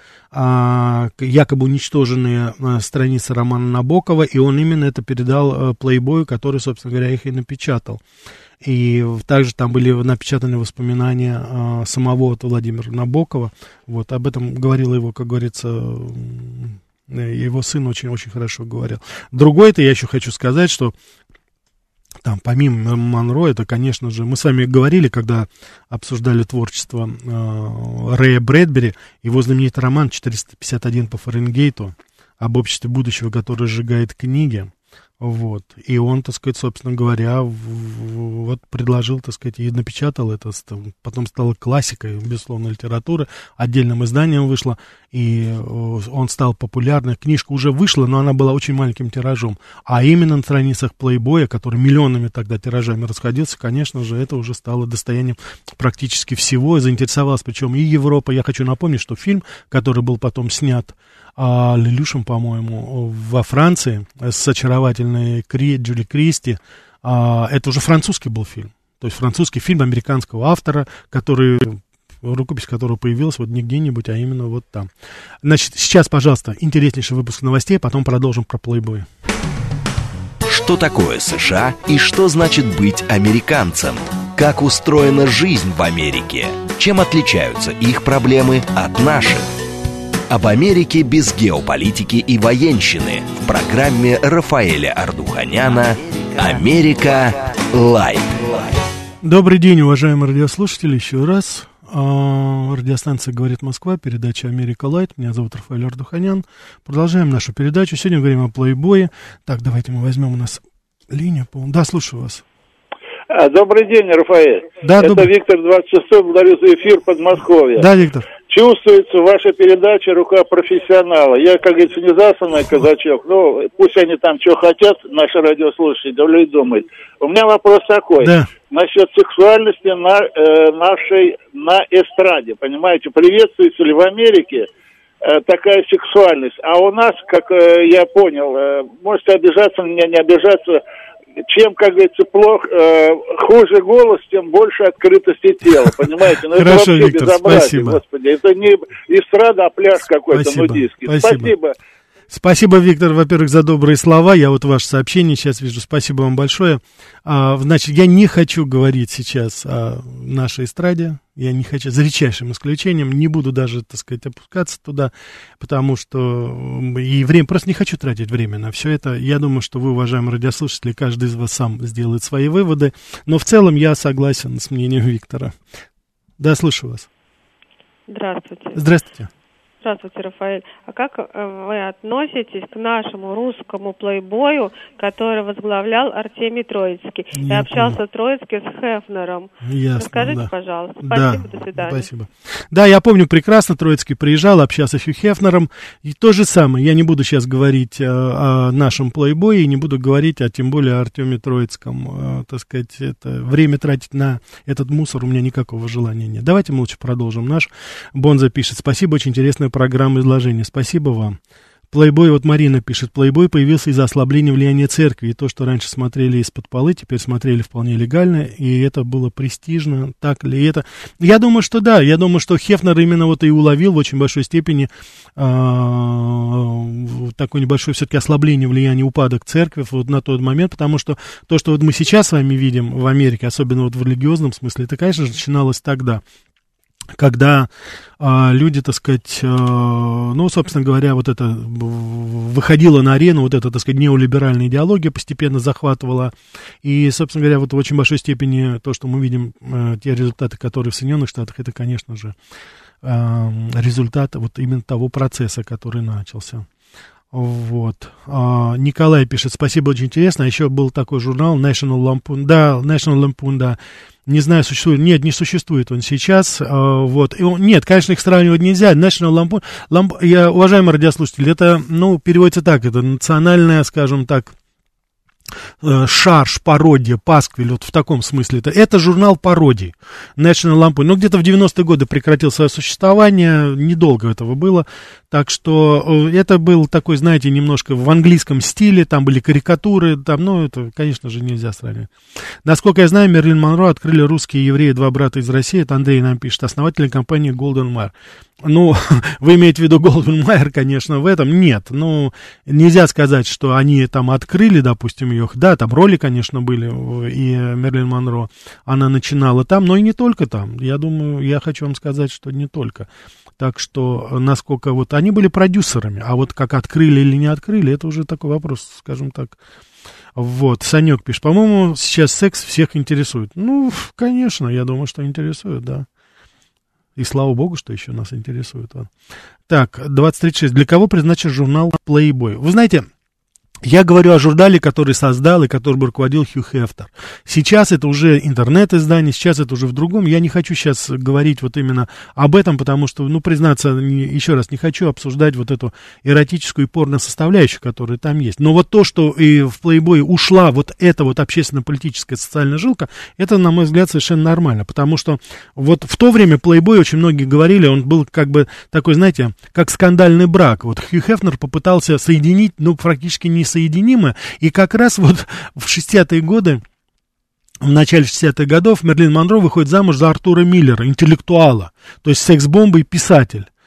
якобы уничтоженные страницы романа Набокова, и он именно это передал Плейбою, который, собственно говоря, их и напечатал. И также там были напечатаны воспоминания самого Владимира Набокова. Вот, об этом говорил его, как говорится, его сын очень-очень хорошо говорил. Другое-то я еще хочу сказать, что там, помимо Монро, это, конечно же, мы с вами говорили, когда обсуждали творчество Рэя Брэдбери, его знаменитый роман «451 по Фаренгейту» об обществе будущего, которое сжигает книги. Вот. И он, так сказать, собственно говоря, вот предложил, так сказать, и напечатал это, потом стало классикой, безусловно, литературы, отдельным изданием вышло, и он стал популярным. Книжка уже вышла, но она была очень маленьким тиражом. А именно на страницах Плейбоя, который миллионными тогда тиражами расходился, конечно же, это уже стало достоянием практически всего, и заинтересовалась, причем и Европа. Я хочу напомнить, что фильм, который был потом снят Лелюшем, по-моему, во Франции с очаровательной Джули Кристи, это уже французский был фильм. То есть французский фильм американского автора, рукопись которого появилась вот не где-нибудь, а именно вот там. Значит, сейчас, пожалуйста, интереснейший выпуск новостей, потом продолжим про Плейбой. Что такое США и что значит быть американцем? Как устроена жизнь в Америке? Чем отличаются их проблемы от наших? Об Америке без геополитики и военщины в программе Рафаэля Ардуханяна «Америка Лайт». Добрый день, уважаемые радиослушатели, еще раз. Радиостанция «Говорит Москва», передача «Америка Лайт». Меня зовут Рафаэль Ардуханян. Продолжаем нашу передачу. Сегодня говорим о плейбое. Так, давайте мы возьмем у нас линию. Да, слушаю вас. Добрый день, Рафаэль. Да, это Виктор 26-й, благодарю за эфир Подмосковья. Да, Виктор. Чувствуется ваша передача «Рука профессионала». Я, как говорится, не засанный казачок, но пусть они там что хотят, наши радиослушатели, да думают. У меня вопрос такой. Да. Насчет сексуальности нашей на эстраде, понимаете, приветствуется ли в Америке такая сексуальность? А у нас, как я понял, можете обижаться на меня, не обижаться, чем, как говорится, хуже голос, тем больше открытости тела, понимаете? Но хорошо, это вообще Виктор, безобразие, спасибо. Господи. Это не эстрада, а пляж какой-то нудистский. Спасибо. Спасибо, Виктор, во-первых, за добрые слова. Я вот ваше сообщение сейчас вижу. Спасибо вам большое. Значит, я не хочу говорить сейчас о нашей эстраде. Я не хочу, за редчайшим исключением, не буду даже, так сказать, опускаться туда, потому что и время, просто не хочу тратить время на все это. Я думаю, что вы, уважаемые радиослушатели, каждый из вас сам сделает свои выводы. Но в целом я согласен с мнением Виктора. Да, слушаю вас. Здравствуйте. Здравствуйте. Здравствуйте, Рафаэль. А как вы относитесь к нашему русскому плейбою, который возглавлял Артемий Троицкий? Я общался в Троицке с Хефнером. Ясно, расскажите, да. пожалуйста. Да, спасибо, до свидания. Спасибо. Да, я помню прекрасно, Троицкий приезжал, общался с Хью Хефнером. И то же самое, я не буду сейчас говорить о нашем плейбое, и не буду говорить, тем более о Артеме Троицком. Так сказать, время тратить на этот мусор у меня никакого желания нет. Давайте мы лучше продолжим наш. Бонза пишет: спасибо, очень интересная программа изложения. Спасибо вам. Плейбой, вот Марина пишет: плейбой появился из-за ослабления влияния церкви, и то, что раньше смотрели из-под полы, теперь смотрели вполне легально, и это было престижно, так ли это? Я думаю, что да, я думаю, что Хефнер именно вот и уловил в очень большой степени такое небольшое все-таки ослабление влияния, упадок церкви вот на тот момент, потому что то, что вот мы сейчас с вами видим в Америке, особенно вот в религиозном смысле, это, конечно же, начиналось тогда, когда люди, так сказать, собственно говоря, вот это выходила на арену, вот эта, так сказать, неолиберальная идеология постепенно захватывала, и, собственно говоря, вот в очень большой степени то, что мы видим, те результаты, которые в Соединенных Штатах, это, конечно же, результат вот именно того процесса, который начался. Вот. Николай пишет: спасибо, очень интересно. А еще был такой журнал National Lampoon. Да, National Lampoon, да. Не знаю, существует. Нет, не существует он сейчас. Вот. Нет, конечно, их сравнивать нельзя. National Lampoon, уважаемые радиослушатели, это, переводится так, это национальная, скажем так, шарж, пародия, пасквиль, вот в таком смысле. Это журнал пародий, National Lampoon. Где-то в 90-е годы прекратил свое существование, недолго этого было, так что это был такой, знаете, немножко в английском стиле, там были карикатуры, это, конечно же, нельзя сравнивать. Насколько я знаю, Мерлин Монро открыли русские евреи, два брата из России, это Андрей нам пишет, основатель компании Golden Mile. Вы имеете в виду Голдвин Майер, конечно, в этом нет. Нельзя сказать, что они там открыли, допустим, ее. Да, там роли, конечно, были, и Мерлин Монро, она начинала там, но и не только там. Я думаю, я хочу вам сказать, что не только. Так что, насколько вот они были продюсерами, а вот как открыли или не открыли, это уже такой вопрос, скажем так. Вот, Санек пишет: по-моему, сейчас секс всех интересует. Конечно, я думаю, что интересует, да. И слава богу, что еще нас интересует он. Так, 2036. Для кого предназначен журнал Playboy? Вы знаете, я говорю о журнале, который создал и который руководил Хью Хефнер. Сейчас это уже интернет-издание, сейчас это уже в другом. Я не хочу сейчас говорить вот именно об этом, потому что, признаться, еще раз, не хочу обсуждать вот эту эротическую и порно-составляющую, которая там есть. Но вот то, что и в Playboy ушла вот эта вот общественно-политическая социальная жилка, это, на мой взгляд, совершенно нормально. Потому что вот в то время Playboy, очень многие говорили, он был как бы такой, знаете, как скандальный брак. Вот Хью Хефнер попытался соединить, практически несоединимое. И как раз вот в 60-е годы, в начале 60-х годов Мерлин Монро выходит замуж за Артура Миллера, интеллектуала, то есть секс-бомба и писатель.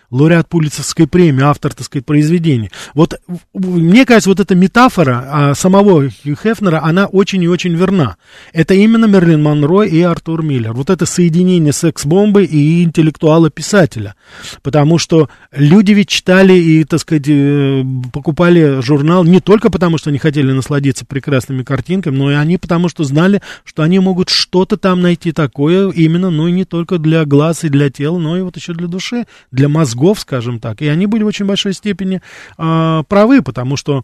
лауреат Пулитцеровской премии, автор, так сказать, произведений. Вот, мне кажется, вот эта метафора самого Хью Хефнера, она очень и очень верна. Это именно Мерлин Монро и Артур Миллер. Вот это соединение секс-бомбы и интеллектуала-писателя. Потому что люди ведь читали и, так сказать, покупали журнал не только потому, что они хотели насладиться прекрасными картинками, но и они потому, что знали, что они могут что-то там найти такое именно, ну и не только для глаз и для тела, но и вот еще для души, для мозгов, скажем так. И они были в очень большой степени правы, потому что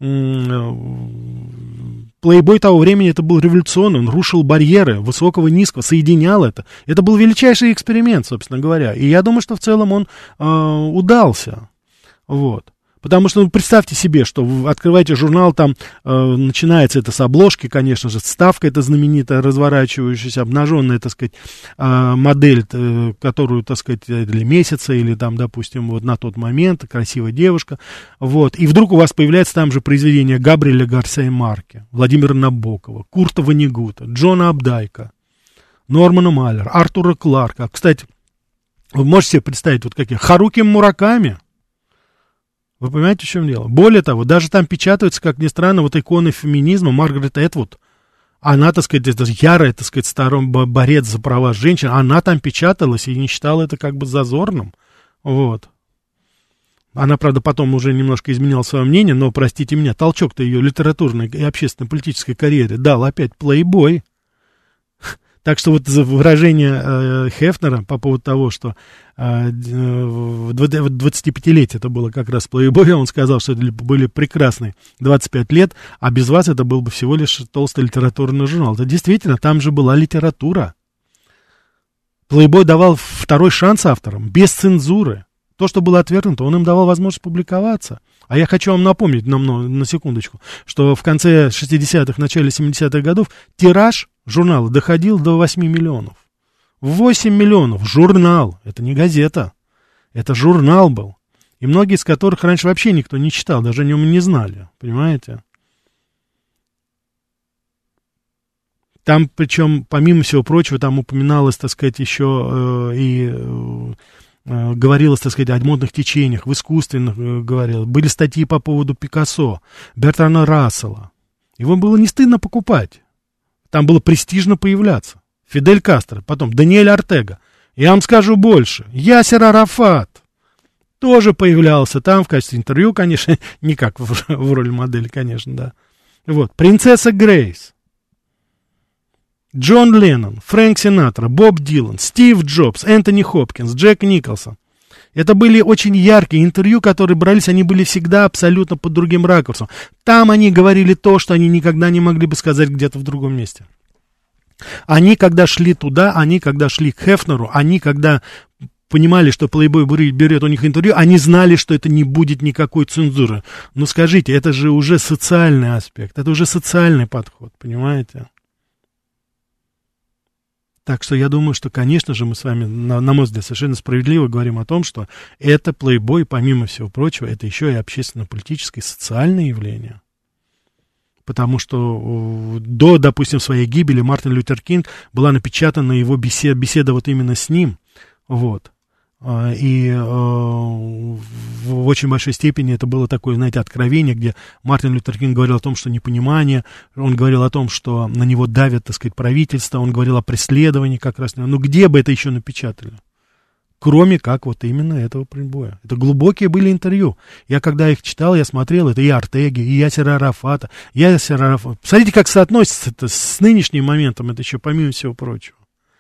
плейбой того времени это был революционный, он рушил барьеры высокого и низкого, соединял это. Это был величайший эксперимент, собственно говоря. И я думаю, что в целом он удался. Вот. Потому что, ну, представьте себе, что вы открываете журнал, там начинается это с обложки, конечно же, ставка эта знаменитая, разворачивающаяся, обнаженная, так сказать, модель, которую, так сказать, для месяца или там, допустим, вот на тот момент, красивая девушка, вот, и вдруг у вас появляется там же произведение Габриэля Гарсия Марке, Владимира Набокова, Курта Воннегута, Джона Абдайка, Нормана Маллера, Артура Кларка. Кстати, вы можете себе представить, вот какие, Харуки Мураками. Вы понимаете, в чем дело? Более того, даже там печатаются, как ни странно, вот иконы феминизма Маргарет Этвуд. Она, так сказать, это ярая, так сказать, старый борец за права женщин. Она там печаталась и не считала это как бы зазорным. Вот. Она, правда, потом уже немножко изменила свое мнение, но, простите меня, толчок-то ее литературной и общественно-политической карьере дал опять плейбой. Так что вот выражение Хефнера по поводу того, что в 25-летие это было как раз плейбой, он сказал, что это были прекрасные 25 лет, а без вас это был бы всего лишь толстый литературный журнал. Это действительно, там же была литература. Плейбой давал второй шанс авторам, без цензуры. То, что было отвергнуто, он им давал возможность публиковаться. А я хочу вам напомнить, на секундочку, что в конце 60-х, начале 70-х годов тираж журнала доходил до 8 миллионов. 8 миллионов. Журнал. Это не газета. Это журнал был. И многие из которых раньше вообще никто не читал, даже о нем и не знали. Понимаете? Там, причем, помимо всего прочего, там упоминалось, так сказать, еще говорилось, так сказать, о модных течениях, в искусственных говорилось. Были статьи по поводу Пикассо, Бертрана Рассела. Его было не стыдно покупать. Там было престижно появляться. Фидель Кастро, потом Даниэль Ортега. Я вам скажу больше. Ясер Арафат тоже появлялся там в качестве интервью, конечно, не как в роли модели, конечно, да. Вот. Принцесса Грейс. Джон Леннон, Фрэнк Синатра, Боб Дилан, Стив Джобс, Энтони Хопкинс, Джек Николсон. Это были очень яркие интервью, которые брались, они были всегда абсолютно под другим ракурсом. Там они говорили то, что они никогда не могли бы сказать где-то в другом месте. Они, когда шли туда, они, когда шли к Хефнеру, они, когда понимали, что Playboy берет у них интервью, они знали, что это не будет никакой цензуры. Ну, скажите, это же уже социальный аспект, это уже социальный подход, понимаете? Так что я думаю, что, конечно же, мы с вами, на мой взгляд, совершенно справедливо говорим о том, что это Playboy, помимо всего прочего, это еще и общественно-политическое, социальное явление. Потому что до, допустим, своей гибели Мартин Лютер Кинг была напечатана его беседа вот именно с ним. Вот. И в очень большой степени это было такое, знаете, откровение, где Мартин Лютер Кинг говорил о том, что непонимание, он говорил о том, что на него давит, так сказать, правительство, он говорил о преследовании как раз. Ну, где бы это еще напечатали? Кроме как вот именно этого Playboy. Это глубокие были интервью. Я когда их читал, я смотрел, это и Ортеги, и Ясера Арафата. Посмотрите, как соотносится это с нынешним моментом, это еще помимо всего прочего.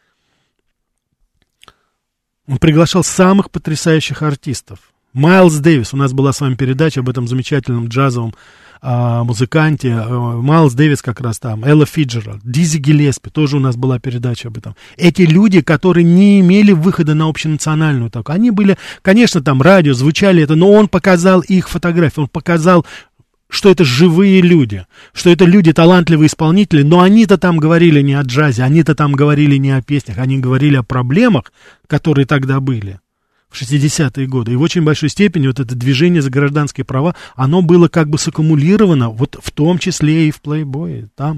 Он приглашал самых потрясающих артистов. Майлз Дэвис, у нас была с вами передача об этом замечательном джазовом музыканте. Майлз Дэвис как раз там, Элла Фиджеральд, Дизи Гиллеспи, тоже у нас была передача об этом. Эти люди, которые не имели выхода на общенациональную такую. Они были, конечно, там радио, звучали это, но он показал их фотографии, он показал, что это живые люди, что это люди, талантливые исполнители, но они-то там говорили не о джазе, они-то там говорили не о песнях, они говорили о проблемах, которые тогда были в 60-е годы. И в очень большой степени вот это движение за гражданские права, оно было как бы саккумулировано, вот в том числе и в Playboy, там,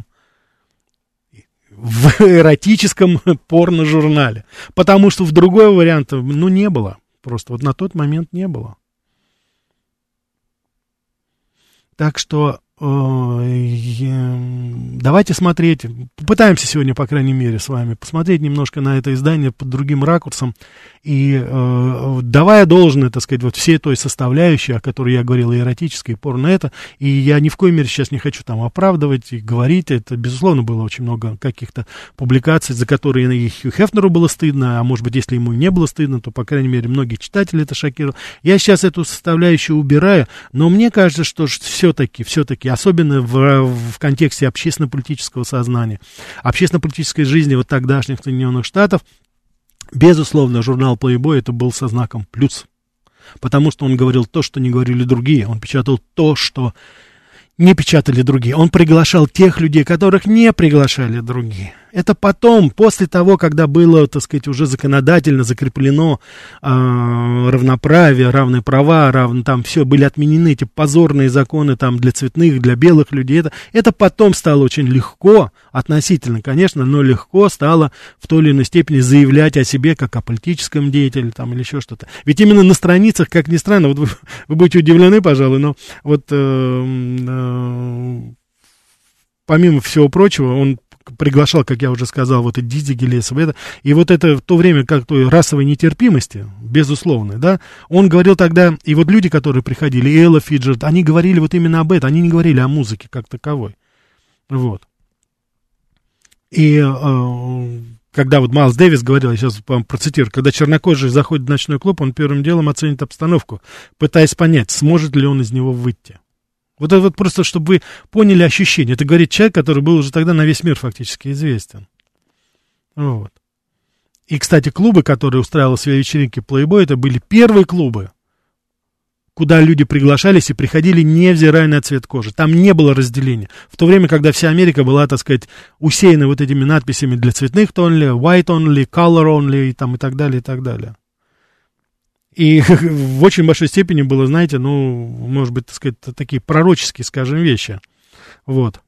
в эротическом порно-журнале. Потому что в другой вариант, ну, не было. просто. Вот на тот момент не было. Так что давайте смотреть, попытаемся сегодня, по крайней мере, с вами посмотреть немножко на это издание под другим ракурсом и давая должное, так сказать, вот всей той составляющей, о которой я говорил, и эротической, и порно-это, и я ни в коей мере сейчас не хочу там оправдывать и говорить, это, безусловно, было очень много каких-то публикаций, за которые и Хью Хефнеру было стыдно, а может быть, если ему не было стыдно, то, по крайней мере, многие читатели это шокировало. Я сейчас эту составляющую убираю, но мне кажется, что все-таки, особенно в контексте общественно-политического сознания, общественно-политической жизни вот тогдашних Соединенных Штатов, безусловно, журнал Playboy это был со знаком плюс, потому что он говорил то, что не говорили другие, он печатал то, что не печатали другие, он приглашал тех людей, которых не приглашали другие. Это потом, после того, когда было, так сказать, уже законодательно закреплено равноправие, равные права, там все, были отменены эти позорные законы там для цветных, для белых людей. Это потом стало очень легко, относительно, конечно, но легко стало в той или иной степени заявлять о себе как о политическом деятеле там, или еще что-то. Ведь именно на страницах, как ни странно, вот вы будете удивлены, пожалуй, но вот помимо всего прочего, он приглашал, как я уже сказал, вот и Диди Гиллеспи, и вот это в то время как той расовой нетерпимости, безусловно, да, он говорил тогда, и вот люди, которые приходили, и Элла Фиджеральд, они говорили вот именно об этом, они не говорили о музыке как таковой, вот. И когда вот Майлз Дэвис говорил, я сейчас вам процитирую, когда чернокожий заходит в ночной клуб, он первым делом оценит обстановку, пытаясь понять, сможет ли он из него выйти. Вот это вот просто, чтобы вы поняли ощущение. Это говорит человек, который был уже тогда на весь мир фактически известен. Вот. И, кстати, клубы, которые устраивал свои вечеринки Playboy, это были первые клубы, куда люди приглашались и приходили, невзирая на цвет кожи. Там не было разделения. В то время, когда вся Америка была, так сказать, усеяна вот этими надписями для цветных only, white only, color only, и так далее, и так далее. И в очень большой степени было, знаете, ну, может быть, так сказать, такие пророческие, скажем, вещи. Вот.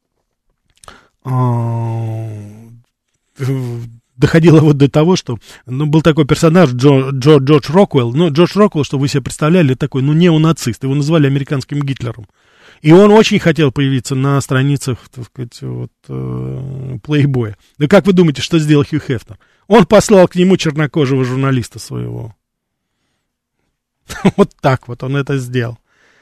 Доходило вот до того, что, ну, был такой персонаж Джордж Роквелл. Ну, Джордж Роквелл, что вы себе представляли, такой, ну, неонацист. Его называли американским Гитлером. И он очень хотел появиться на страницах, так сказать, вот, Playboy. Да как вы думаете, что сделал Хью Хефнер? Он послал к нему чернокожего журналиста своего. Вот так вот он это сделал.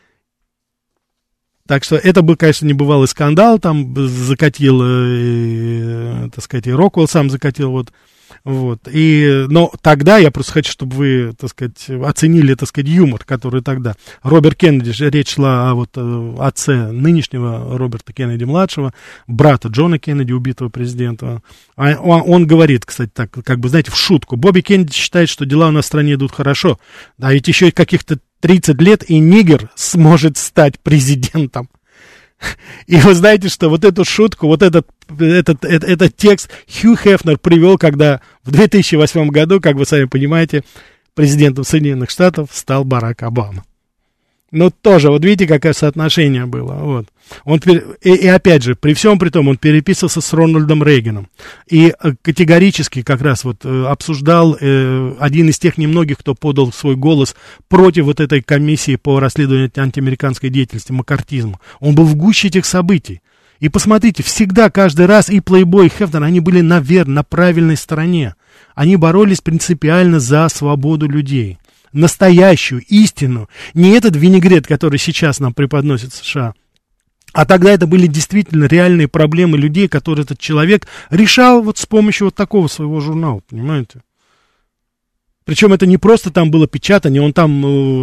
Так что это был, конечно, небывалый скандал, там закатил, так сказать, и Роквелл сам закатил, вот. Но тогда я просто хочу, чтобы вы, так сказать, оценили, так сказать, юмор, который тогда. Роберт Кеннеди, речь шла о вот отце нынешнего Роберта Кеннеди-младшего, брата Джона Кеннеди, убитого президента. Он говорит, кстати, так, как бы, знаете, в шутку, Бобби Кеннеди считает, что дела у нас в стране идут хорошо, а ведь еще каких-то 30 лет, и нигер сможет стать президентом. И вы знаете, что вот эту шутку, вот этот текст Хью Хефнер привел, когда в 2008 году, как вы сами понимаете, президентом Соединенных Штатов стал Барак Обама. Ну, тоже, вот видите, какое соотношение было, вот. И опять же, при всем при том, он переписывался с Рональдом Рейганом. И категорически как раз вот обсуждал один из тех немногих, кто подал свой голос против вот этой комиссии по расследованию антиамериканской деятельности, маккартизма. Он был в гуще этих событий. И посмотрите, всегда, каждый раз и Playboy, и Хефнер, они были на правильной стороне. Они боролись принципиально за свободу людей. Настоящую, истину. Не этот винегрет, который сейчас нам преподносит США. А тогда это были действительно реальные проблемы людей, которые этот человек решал вот с помощью вот такого своего журнала, понимаете? Причем это не просто там было печатание, он там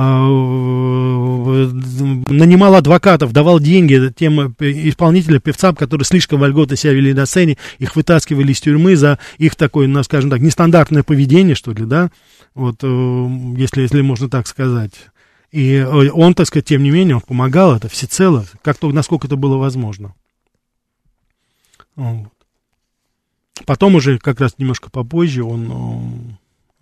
нанимал адвокатов, давал деньги тем исполнителям, певцам, которые слишком вольготно себя вели на сцене, их вытаскивали из тюрьмы за их такое, ну, скажем так, нестандартное поведение, что ли, да, вот, если можно так сказать. И он, так сказать, тем не менее, он помогал это всецело, насколько это было возможно. Вот. Потом уже, как раз немножко попозже, он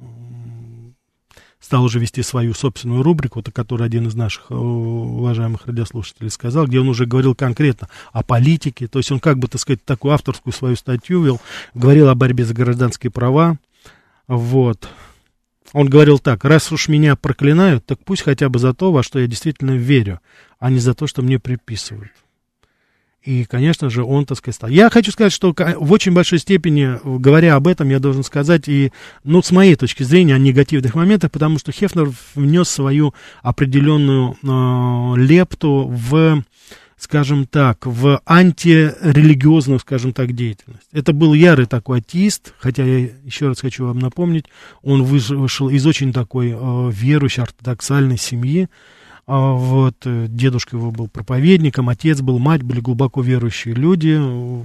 стал уже вести свою собственную рубрику, о которой один из наших уважаемых радиослушателей сказал, где он уже говорил конкретно о политике, то есть он, как бы, так сказать, такую авторскую свою статью вел, говорил о борьбе за гражданские права, вот. Он говорил так: раз уж меня проклинают, так пусть хотя бы за то, во что я действительно верю, а не за то, что мне приписывают. И, конечно же, он, так сказать, стал. Я хочу сказать, что в очень большой степени, говоря об этом, я должен сказать, и, ну, с моей точки зрения, о негативных моментах, потому что Хефнер внес свою определенную лепту в, скажем так, в антирелигиозную, скажем так, деятельность. Это был ярый такой атеист, хотя я еще раз хочу вам напомнить, он вышел из очень такой верующей, ортодоксальной семьи. Вот, дедушка его был проповедником, отец был, мать были глубоко верующие люди,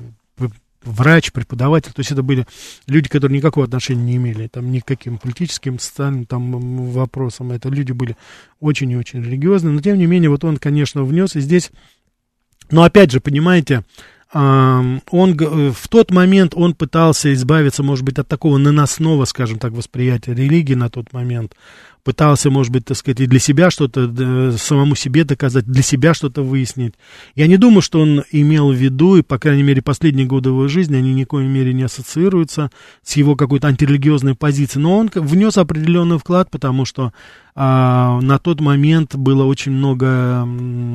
врач, преподаватель, то есть это были люди, которые никакого отношения не имели там, ни к каким политическим, социальным там, вопросам, это люди были очень и очень религиозные, но тем не менее, вот он, конечно, внес, и здесь, но опять же, понимаете, он в тот момент он пытался избавиться, может быть, от такого наносного, скажем так, восприятия религии на тот момент, пытался, может быть, так сказать, и для себя что-то, самому себе доказать, для себя что-то выяснить. Я не думаю, что он имел в виду, и, по крайней мере, последние годы его жизни, они ни в коей мере не ассоциируются с его какой-то антирелигиозной позицией, но он внес определенный вклад, потому что на тот момент было очень много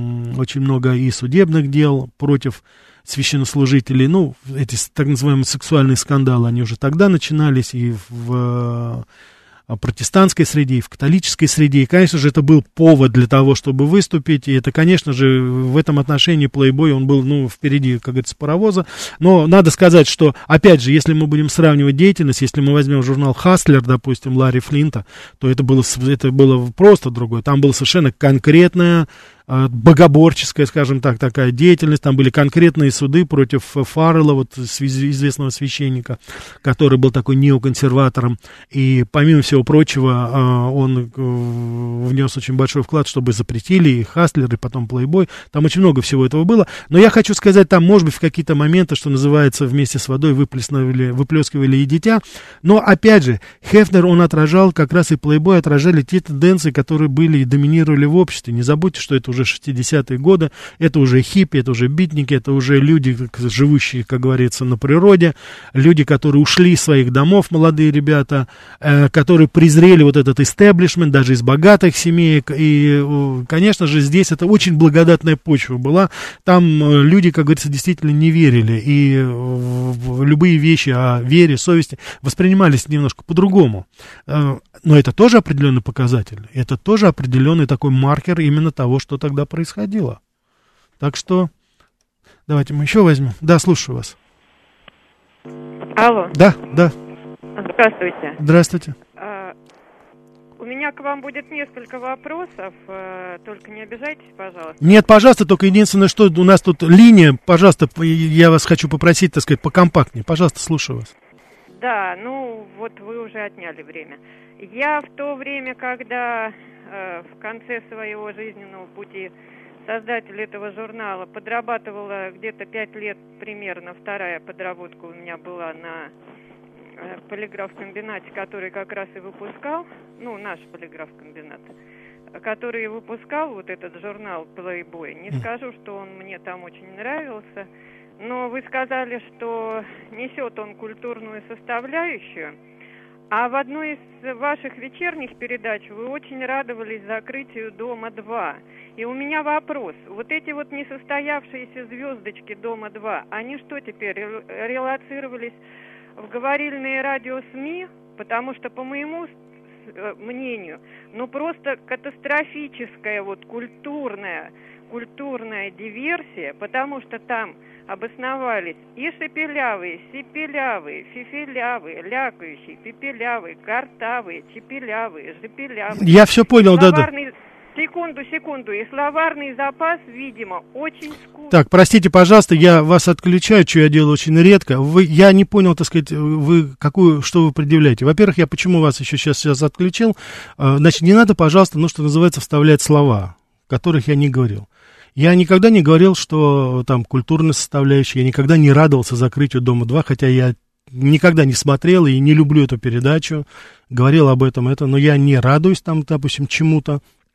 и судебных дел против священнослужителей, ну, эти так называемые сексуальные скандалы, они уже тогда начинались и в протестантской среде, и в католической среде, и, конечно же, это был повод для того, чтобы выступить, и это, конечно же, в этом отношении Playboy, он был, ну, впереди, как говорится, паровоза, но надо сказать, что, опять же, если мы будем сравнивать деятельность, если мы возьмем журнал «Хаслер», допустим, Ларри Флинта, то это было просто другое, там было совершенно конкретное, богоборческая, скажем так, такая деятельность. Там были конкретные суды против Фаррелла, вот известного священника, который был такой неоконсерватором. И помимо всего прочего, он внес очень большой вклад, чтобы запретили и Хаслер, и потом Playboy. Там очень много всего этого было. Но я хочу сказать, там, может быть, в какие-то моменты, что называется, вместе с водой выплескивали и дитя. Но, опять же, Хефнер, он отражал, как раз и Playboy отражали те тенденции, которые были и доминировали в обществе. Не забудьте, что это уже 60-е годы, это уже хиппи, это уже битники, это уже люди, живущие, как говорится, на природе, люди, которые ушли из своих домов, молодые ребята, которые презрели вот этот истеблишмент, даже из богатых семеек, и, конечно же, здесь это очень благодатная почва была, там люди, как говорится, действительно не верили, и любые вещи о вере, совести воспринимались немножко по-другому. Но это тоже определенный показатель, это тоже определенный такой маркер именно того, что тогда происходило. Так что давайте мы еще возьмем. Да, слушаю вас. Алло. Да. Здравствуйте. Здравствуйте. У меня к вам будет несколько вопросов, только не обижайтесь, пожалуйста. Нет, пожалуйста, только единственное, что у нас тут линия, пожалуйста, я вас хочу попросить, так сказать, покомпактнее. Пожалуйста, слушаю вас. Да, ну вот вы уже отняли время. Я в то время, когда в конце своего жизненного пути создатель этого журнала подрабатывала где-то 5 лет примерно, вторая подработка у меня была на полиграфкомбинате, который как раз и выпускал, ну, наш полиграфкомбинат, который выпускал вот этот журнал Playboy. Не скажу, что он мне там очень нравился, но вы сказали, что несет он культурную составляющую. А в одной из ваших вечерних передач вы очень радовались закрытию Дома-2. И у меня вопрос. Вот эти вот несостоявшиеся звездочки Дома-2, они что теперь, релоцировались в говорильные радио-СМИ? Потому что, по моему мнению, ну просто катастрофическая вот культурная диверсия, потому что там обосновались и шепелявые, сипелявые, фифелявые, лякающие, пепелявые, картавые, чепелявые, жепелявые. Я все понял, да. Секунду. И словарный запас, видимо, очень скудный. Так, простите, пожалуйста, я вас отключаю, что я делаю очень редко. Я не понял, так сказать, что вы предъявляете. Во-первых, я почему вас еще сейчас отключил? Значит, не надо, пожалуйста, что называется, вставлять слова, которых я не говорил. Я никогда не говорил, что там культурная составляющая, я никогда не радовался закрытию Дома-2, хотя я никогда не смотрел и не люблю эту передачу, говорил об этом, но я не радуюсь там, допустим, чему-то.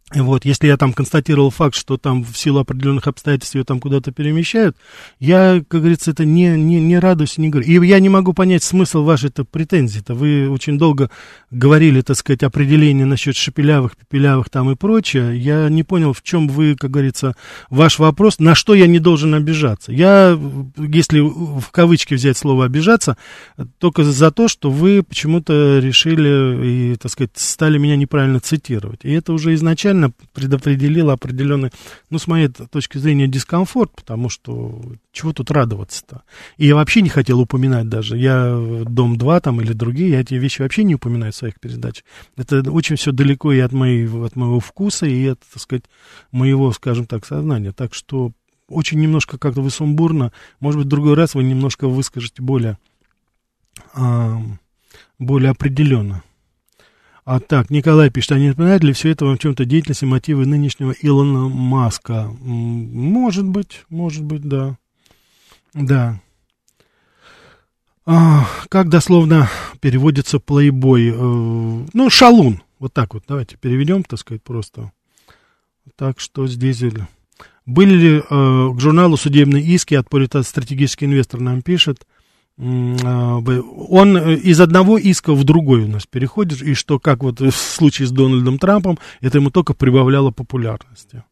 Вот, если я там констатировал факт, что там в силу определенных обстоятельств ее там куда-то перемещают, я, как говорится, это не радуюсь, не говорю. И я не могу понять смысл вашей-то претензии-то. Вы очень долго говорили, так сказать, определение насчет шепелявых, пепелявых там и прочее. Я не понял, в чем вы, как говорится, ваш вопрос, на что я не должен обижаться. Я, если в кавычки взять слово «обижаться», только за то, что вы почему-то решили и, так сказать, стали меня неправильно цитировать. И это уже изначально предопределило определенный, ну, с моей точки зрения, дискомфорт, потому что чего тут радоваться-то? И я вообще не хотел упоминать даже, я «Дом-2» там или другие, я эти вещи вообще не упоминаю в своих передачах. Это очень все далеко и от моего вкуса, и от, так сказать, моего, скажем так, сознания. Так что очень немножко как-то вы сумбурно, может быть, в другой раз вы немножко выскажете более определенно. А так, Николай пишет, а не напоминает ли все это вам в чем-то деятельности, мотивы нынешнего Илона Маска? Может быть, да. Да. Как дословно переводится плейбой? Ну, шалун. Вот так вот, давайте переведем, так сказать, просто. Так что здесь... Были ли к журналу судебные иски от стратегический инвестор нам пишет? Он из одного иска в другой у нас переходит, и что, как вот в случае с Дональдом Трампом, это ему только прибавляло популярности.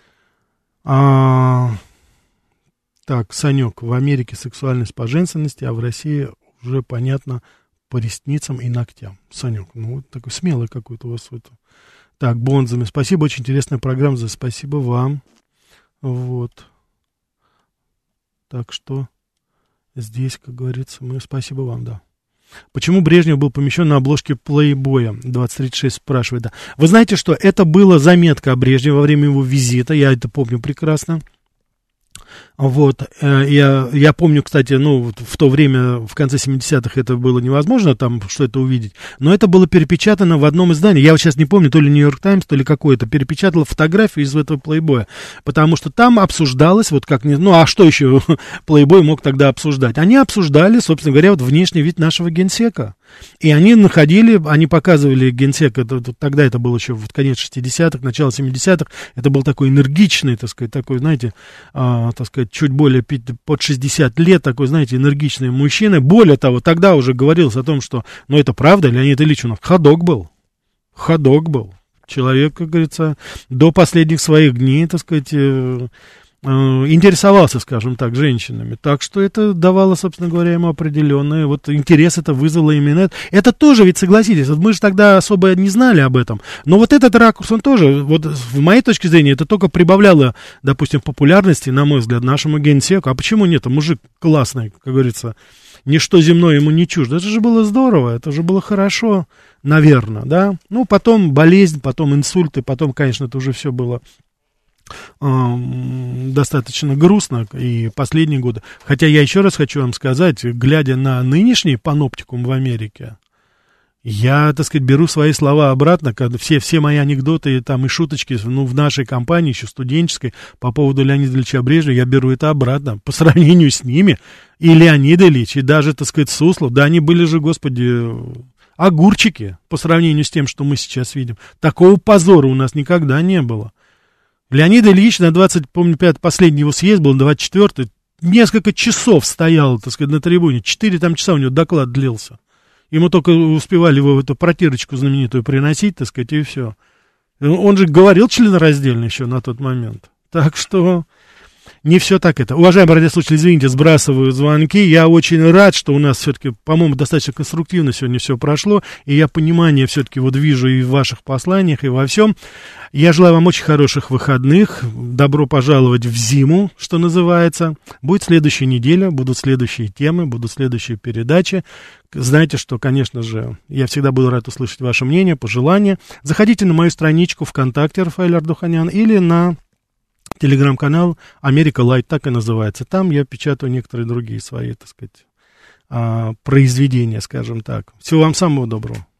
Так, Санек, в Америке сексуальность по женственности, а в России уже понятно по ресницам и ногтям. Санек, ну вот такой смелый какой-то у вас это. Так, Бонзами, спасибо, очень интересная программа, спасибо вам. Вот. Так что... Здесь, как говорится, спасибо вам, да. Почему Брежнев был помещен на обложке Плейбоя? 2036 спрашивает, да. Вы знаете, что это была заметка о Брежневе во время его визита, я это помню прекрасно. Вот, я помню, кстати, ну, в то время, в конце 70-х это было невозможно там что-то увидеть, но это было перепечатано в одном издании, я вот сейчас не помню, то ли Нью-Йорк Таймс, то ли какое-то, перепечатало фотографию из этого Плейбоя, потому что там обсуждалось, вот как, ну, а что еще Плейбой мог тогда обсуждать? Они обсуждали, собственно говоря, вот внешний вид нашего генсека. И они они показывали генсека, тогда это было еще в конец 60-х, начало 70-х, это был такой энергичный, так сказать, такой, знаете, так сказать, чуть более под 60 лет, такой, знаете, энергичный мужчина. Более того, тогда уже говорилось о том, что, ну, это правда, Леонид Ильич у нас ходок был. Человек, как говорится, до последних своих дней, так сказать, интересовался, скажем так, женщинами. Так что это давало, собственно говоря, ему определенный вот интерес, это вызвало именно это тоже, ведь согласитесь, вот мы же тогда особо не знали об этом, но вот этот ракурс, он тоже, вот в моей точке зрения, это только прибавляло, допустим, популярности, на мой взгляд, нашему генсеку. А почему нет? Мужик классный, как говорится, ничто земное ему не чуждо. Это же было здорово, это же было хорошо, наверное, да. Ну, потом болезнь, потом инсульты, потом, конечно, это уже все было достаточно грустно и последние годы. Хотя я еще раз хочу вам сказать, глядя на нынешний паноптикум в Америке, я, так сказать, беру свои слова обратно, когда все мои анекдоты там и шуточки, ну, в нашей компании, еще студенческой, по поводу Леонида Ильича Брежнева, я беру это обратно. По сравнению с ними, и Леонид Ильич, и даже, так сказать, Суслов, да, они были же, господи, огурчики по сравнению с тем, что мы сейчас видим. Такого позора у нас никогда не было. Леонид Ильич на 25 последний его съезд был, 24-й, несколько часов стоял, так сказать, на трибуне, 4 там часа у него доклад длился. Ему только успевали его эту протирочку знаменитую приносить, так сказать, и все. Он же говорил членораздельно еще на тот момент. Так что не все так это. Уважаемые радиослушатели, извините, сбрасываю звонки. Я очень рад, что у нас все-таки, по-моему, достаточно конструктивно сегодня все прошло. И я понимание все-таки вот вижу и в ваших посланиях, и во всем. Я желаю вам очень хороших выходных. Добро пожаловать в зиму, что называется. Будет следующая неделя, будут следующие темы, будут следующие передачи. Знаете, что, конечно же, я всегда буду рад услышать ваше мнение, пожелания. Заходите на мою страничку ВКонтакте Рафаэль Ардуханян или на телеграм-канал Америка Лайт, так и называется. Там я печатаю некоторые другие свои, так сказать, произведения, скажем так. Всего вам самого доброго.